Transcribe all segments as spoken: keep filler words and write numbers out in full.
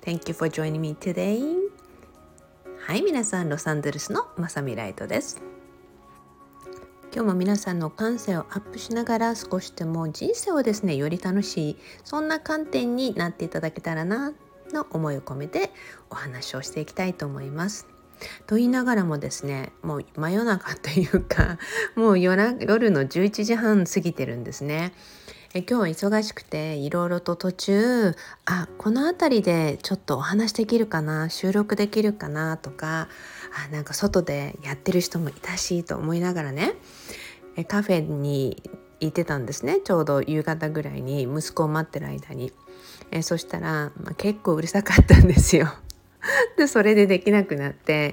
Thank you for joining me today. はい、皆さん、ロサンゼルスのまさみライトです。今日も皆さんの感性をアップしながら少しでも人生をですね、より楽しい、そんな観点になっていただけたらなの思いを込めてお話をしていきたいと思います。と言いながらもですね、もう真夜中というか、もう夜、夜のじゅういちじはん過ぎてるんですね。え今日は忙しくていろいろと途中あこの辺りでちょっとお話できるかな、収録できるかなとか、あなんか外でやってる人もいたしと思いながらね、えカフェに行ってたんですね。ちょうど夕方ぐらいに息子を待ってる間にえそしたら、まあ、結構うるさかったんですよ。でそれでできなくなって、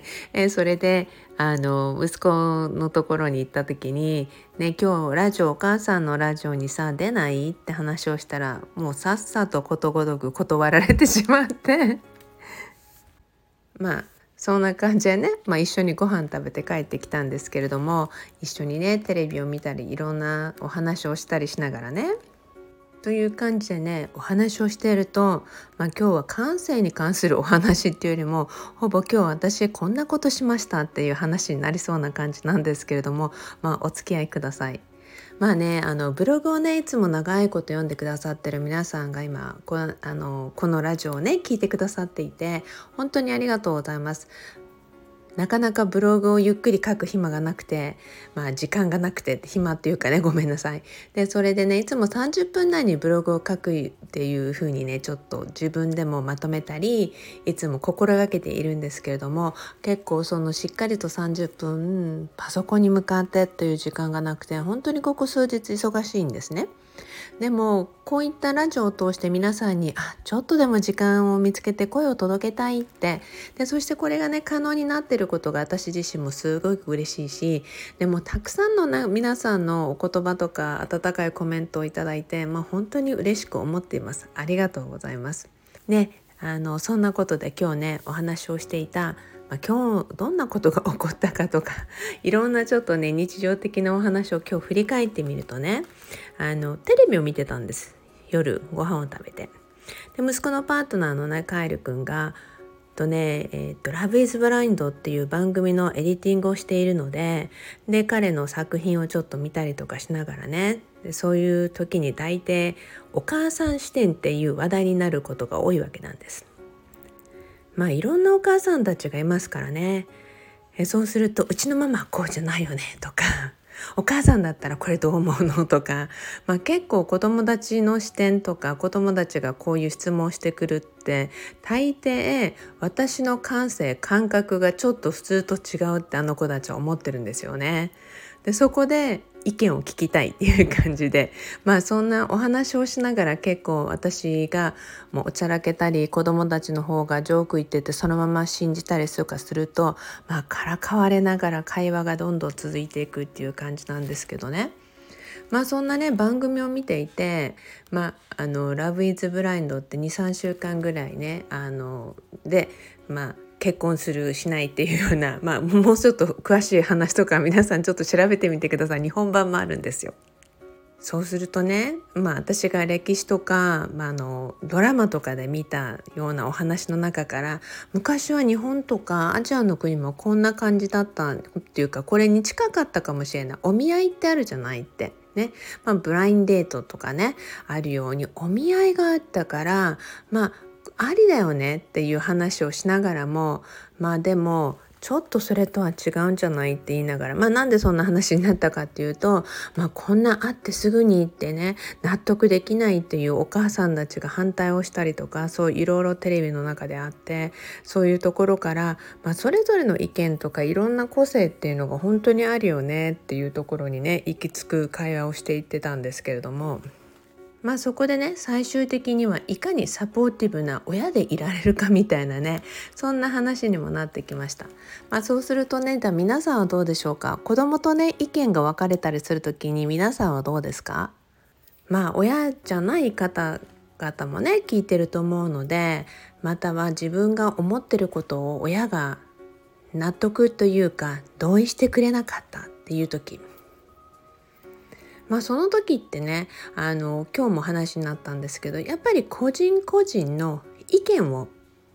えそれであの息子のところに行った時に、ね、今日ラジオお母さんのラジオにさ出ないって話をしたら、もうさっさとことごとく断られてしまってまあそんな感じでね、まあ、一緒にご飯食べて帰ってきたんですけれども、一緒にねテレビを見たりいろんなお話をしたりしながらねという感じでねお話をしていると、まあ、今日は感性に関するお話っていうよりも、ほぼ今日私こんなことしましたっていう話になりそうな感じなんですけれども、まあ、お付き合いください。まあね、あのブログをねいつも長いこと読んでくださってる皆さんが今この、あのこのラジオをね聞いてくださっていて、本当にありがとうございます。なかなかブログをゆっくり書く暇がなくて、まあ時間がなくて、暇っていうかね、ごめんなさい。でそれでねいつもさんじゅっぷん以内にブログを書くっていう風にねちょっと自分でもまとめたりいつも心がけているんですけれども、結構そのしっかりとさんじゅっぷんパソコンに向かってという時間がなくて、本当にここ数日忙しいんですね。でもこういったラジオを通して皆さんにあちょっとでも時間を見つけて声を届けたいって、でそしてこれがね可能になっていることが私自身もすごく嬉しいし、でもたくさんのな皆さんのお言葉とか温かいコメントをいただいて、まあ、本当に嬉しく思っています。ありがとうございますね。あのそんなことで今日ねお話をしていた、まあ、今日どんなことが起こったかとかいろんなちょっとね日常的なお話を今日振り返ってみるとね、あのテレビを見てたんです。夜ご飯を食べて、で息子のパートナーのねカイル君がとね、えー、とラブイズブラインドっていう番組のエディティングをしているので、で彼の作品をちょっと見たりとかしながらね、でそういう時に大抵お母さん視点っていう話題になることが多いわけなんです。まあいろんなお母さんたちがいますからね。えそうするとうちのママはこうじゃないよねとかお母さんだったらこれどう思うのとか、まあ、結構子供たちの視点とか子供たちがこういう質問をしてくるって大抵私の感性感覚がちょっと普通と違うってあの子たちは思ってるんですよね。でそこで意見を聞きたいっていう感じで、まあそんなお話をしながら結構私がもうおちゃらけたり子どもたちの方がジョーク言っててそのまま信じたりとかすると、まあからかわれながら会話がどんどん続いていくっていう感じなんですけどね。まあそんなね番組を見ていて、まああのラブイズブラインドってにさんしゅうかんぐらいねあのでまあ結婚するしないっていうような、まあ、もうちょっと詳しい話とか皆さんちょっと調べてみてください。日本版もあるんですよ。そうするとね、まあ、私が歴史とか、まあ、あのドラマとかで見たようなお話の中から、昔は日本とかアジアの国もこんな感じだったっていうか、これに近かったかもしれない。お見合いってあるじゃないってね、まあ、ブラインデートとかねあるようにお見合いがあったから、まあありだよねっていう話をしながらも、まあでもちょっとそれとは違うんじゃないって言いながら、まあなんでそんな話になったかっていうと、まあこんな会ってすぐにってね納得できないっていうお母さんたちが反対をしたりとか、そういろいろテレビの中であって、そういうところから、まあ、それぞれの意見とかいろんな個性っていうのが本当にあるよねっていうところにね行き着く会話をしていってたんですけれども、まあそこでね最終的にはいかにサポーティブな親でいられるかみたいなね、そんな話にもなってきました。まあそうするとね、じゃあ皆さんはどうでしょうか。子供とね意見が分かれたりするときに皆さんはどうですか。まあ親じゃない方々もね聞いてると思うので、または自分が思ってることを親が納得というか同意してくれなかったっていう時、まあその時ってね、あの今日も話になったんですけど、やっぱり個人個人の意見を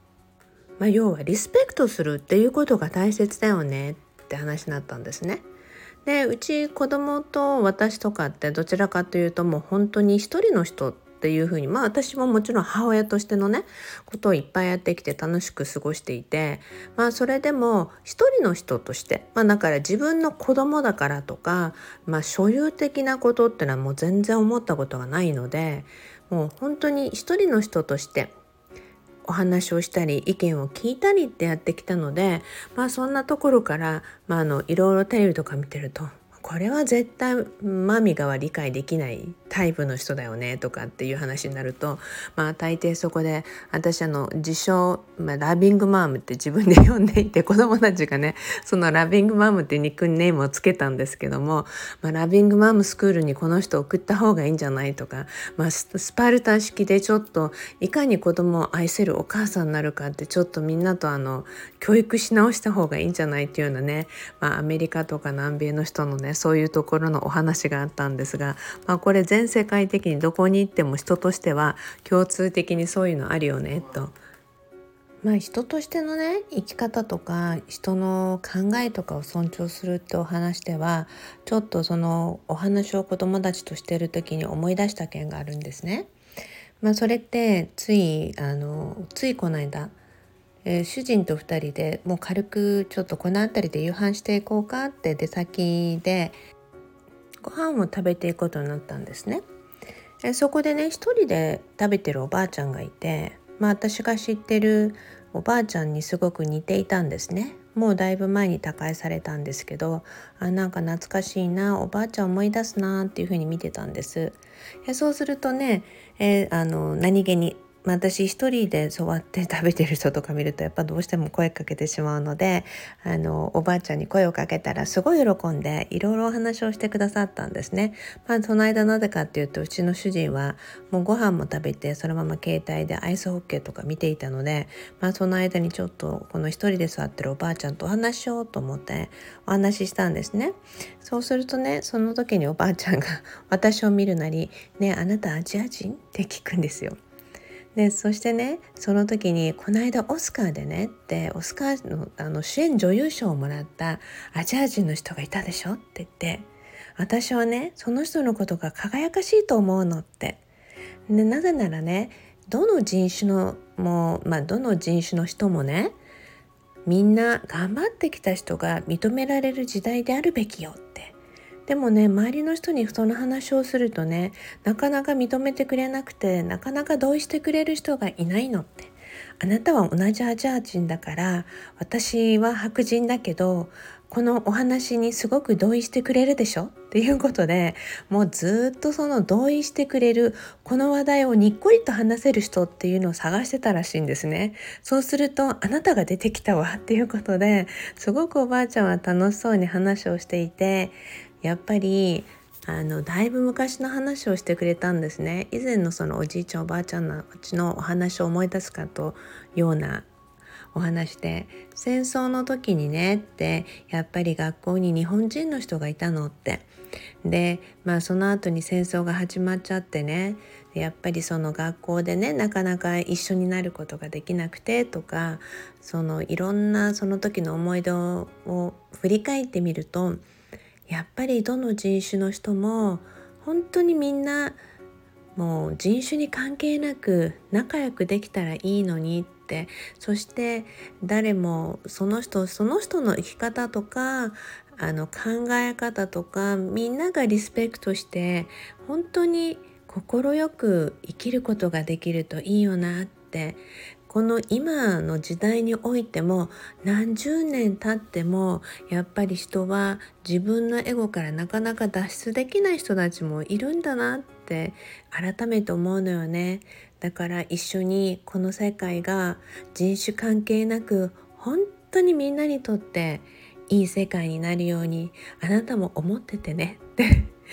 まあ、要はリスペクトするっていうことが大切だよねって話になったんですね。でうち子供と私とかってどちらかというともう本当に一人の人っていうふうに、まあ私ももちろん母親としてのねことをいっぱいやってきて楽しく過ごしていて、まあそれでも一人の人として、まあだから自分の子供だからとか、まあ所有的なことってのはもう全然思ったことがないので、もう本当に一人の人としてお話をしたり意見を聞いたりってやってきたので、まあそんなところから、まあ、あのいろいろテレビとか見てると、これは絶対マミがは理解できないタイプの人だよねとかっていう話になると、まあ大抵そこで私あの自称、まあ、ラビングマームって自分で呼んでいて、子供たちがねそのラビングマームってニックネームをつけたんですけども、まあ、ラビングマームスクールにこの人送った方がいいんじゃないとか、まあ、スパルタ式でちょっといかに子供を愛せるお母さんになるかってちょっとみんなとあの教育し直した方がいいんじゃないっていうようなね、まあ、アメリカとか南米の人のねそういうところのお話があったんですが、まあ、これ全世界的にどこに行っても人としては共通的にそういうのあるよねと。まあ、人としてのね生き方とか人の考えとかを尊重するってお話では、ちょっとそのお話を子供たちとしてる時に思い出した件があるんですね。まあ、それってついあのついこの間、えー主人とふたりでもう軽くちょっとこの辺りで夕飯していこうかって出先でご飯を食べていくことになったんですね。えそこでね一人で食べてるおばあちゃんがいて、まあ、私が知ってるおばあちゃんにすごく似ていたんですね。もうだいぶ前に他界されたんですけど、あなんか懐かしいな、おばあちゃん思い出すなっていうふうに見てたんです。えそうするとね、えーあの何気に、まあ、私一人で座って食べてる人とか見るとやっぱどうしても声かけてしまうので、あのおばあちゃんに声をかけたらすごい喜んでいろいろお話をしてくださったんですね。まあ、その間なぜかっていうと、うちの主人はもうご飯も食べてそのまま携帯でアイスホッケーとか見ていたので、まあ、その間にちょっとこの一人で座ってるおばあちゃんとお話ししようと思ってお話ししたんですね。そうするとね、その時におばあちゃんが私を見るなりね、あなたアジア人って聞くんですよ。でそしてね、その時にこの間オスカーでねってオスカー の, あの主演女優賞をもらったアジア人の人がいたでしょって言って、私はねその人のことが輝かしいと思うのって。でなぜならね、どの人種のもう、まあ、どの人種の人もね、みんな頑張ってきた人が認められる時代であるべきよって。でもね、周りの人にその話をするとね、なかなか認めてくれなくて、なかなか同意してくれる人がいないのって。あなたは同じアジア人だから、私は白人だけど、このお話にすごく同意してくれるでしょっていうことで、もうずっとその同意してくれるこの話題をにっこりと話せる人っていうのを探してたらしいんですね。そうすると、あなたが出てきたわっていうことで、すごくおばあちゃんは楽しそうに話をしていて、やっぱりあのだいぶ昔の話をしてくれたんですね。以前のそのおじいちゃんおばあちゃんのうちのお話を思い出すかとようなお話で、戦争の時にねってやっぱり学校に日本人の人がいたのって。でまあその後に戦争が始まっちゃってね、やっぱりその学校でねなかなか一緒になることができなくてとか、そのいろんなその時の思い出を振り返ってみると、やっぱりどの人種の人も本当にみんなもう人種に関係なく仲良くできたらいいのにって。そして誰もその人その人の生き方とかあの考え方とかみんながリスペクトして本当に心よく生きることができるといいよなって。この今の時代においても何十年経ってもやっぱり人は自分のエゴからなかなか脱出できない人たちもいるんだなって改めて思うのよね。だから一緒にこの世界が人種関係なく本当にみんなにとっていい世界になるようにあなたも思っててねって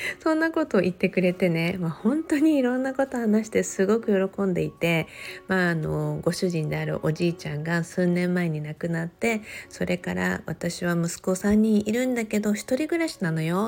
そんなことを言ってくれてね、まあ、本当にいろんなこと話してすごく喜んでいて、まあ、あのご主人であるおじいちゃんが数年前に亡くなって、それから私は息子さんにんいるんだけど一人暮らしなのよって、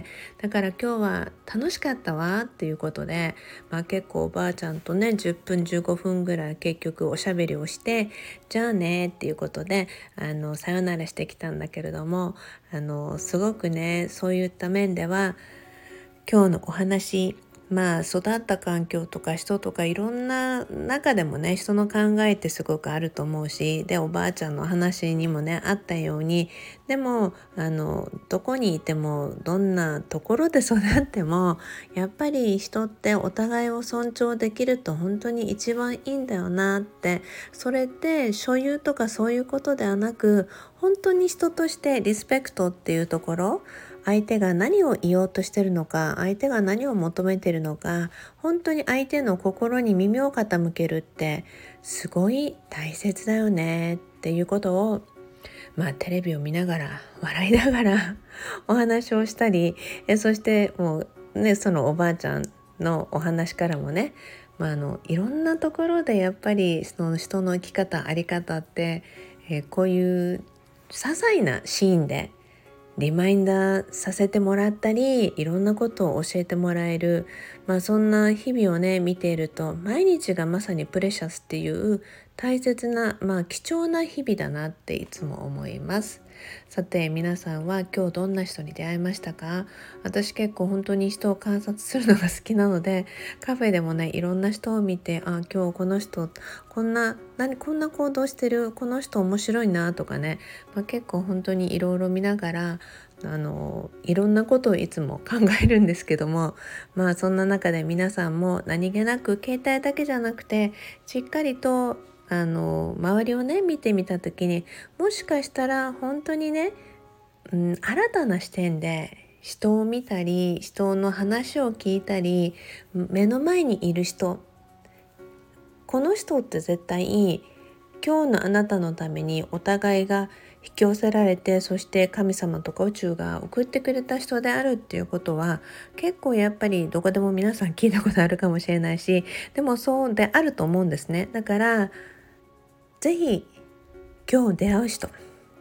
だから今日は楽しかったわっていうことで、まあ、結構おばあちゃんとねじゅっぷんじゅうごふんぐらい結局おしゃべりをして、じゃあねっていうことであのさよならしてきたんだけれども、あのすごくねそういった面では今日のお話、まあ育った環境とか人とかいろんな中でもね人の考えってすごくあると思うし、でおばあちゃんの話にもねあったように、でもあのどこにいてもどんなところで育ってもやっぱり人ってお互いを尊重できると本当に一番いいんだよなって、それって所有とかそういうことではなく、本当に人としてリスペクトっていうところ、相手が何を言おうとしてるのか、相手が何を求めてるのか、本当に相手の心に耳を傾けるってすごい大切だよねっていうことを、まあテレビを見ながら笑いながらお話をしたり、えそしてもうねそのおばあちゃんのお話からもね、まあ、あのいろんなところでやっぱりその人の生き方あり方って、えーこういう些細なシーンでリマインダーさせてもらったり、いろんなことを教えてもらえる、まあそんな日々をね見ていると、毎日がまさにプレシャスっていう大切な、まあ貴重な日々だなっていつも思います。さて皆さんは今日どんな人に出会いましたか？私結構本当に人を観察するのが好きなので、カフェでもねいろんな人を見て、あ今日この人こんな何こんな行動してる、この人面白いなとかね、まあ、結構本当にいろいろ見ながらあのいろんなことをいつも考えるんですけども、まあそんな中で皆さんも何気なく携帯だけじゃなくてしっかりとあの周りをね見てみた時に、もしかしたら本当にね、うん、新たな視点で人を見たり人の話を聞いたり、目の前にいる人、この人って絶対今日のあなたのためにお互いが引き寄せられて、そして神様とか宇宙が送ってくれた人であるっていうことは、結構やっぱりどこでも皆さん聞いたことあるかもしれないし、でもそうであると思うんですね。だからぜひ今日出会う人、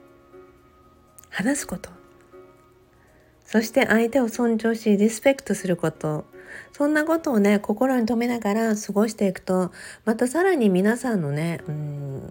話すこと、そして相手を尊重しリスペクトすること、そんなことをね心に留めながら過ごしていくと、またさらに皆さんのね、うん、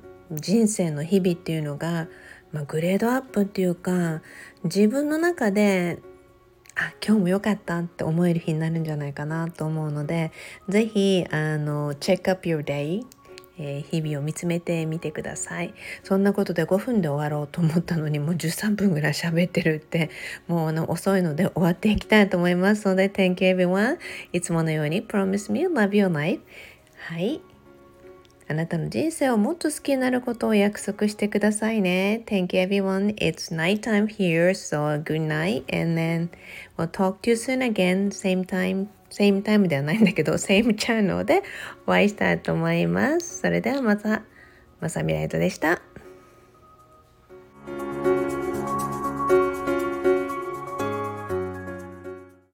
人生の日々っていうのが、まあ、グレードアップっていうか、自分の中であ今日も良かったって思える日になるんじゃないかなと思うので、ぜひあの check up your day、えー日々を見つめてみてください。そんなことでごふんで終わろうと思ったのにもうじゅうさんぷんぐらい喋ってるって、もうあの遅いので終わっていきたいと思いますので、 Thank you everyone。 いつものように Promise me love your life。 はい、あなたの人生をもっと好きになることを約束してくださいね。 Thank you everyone. It's night time here, so good night and then we'll talk to you soon again. Same time same time ではないんだけど same channel でお会いしたいと思います。それではまた。まさみライトでした。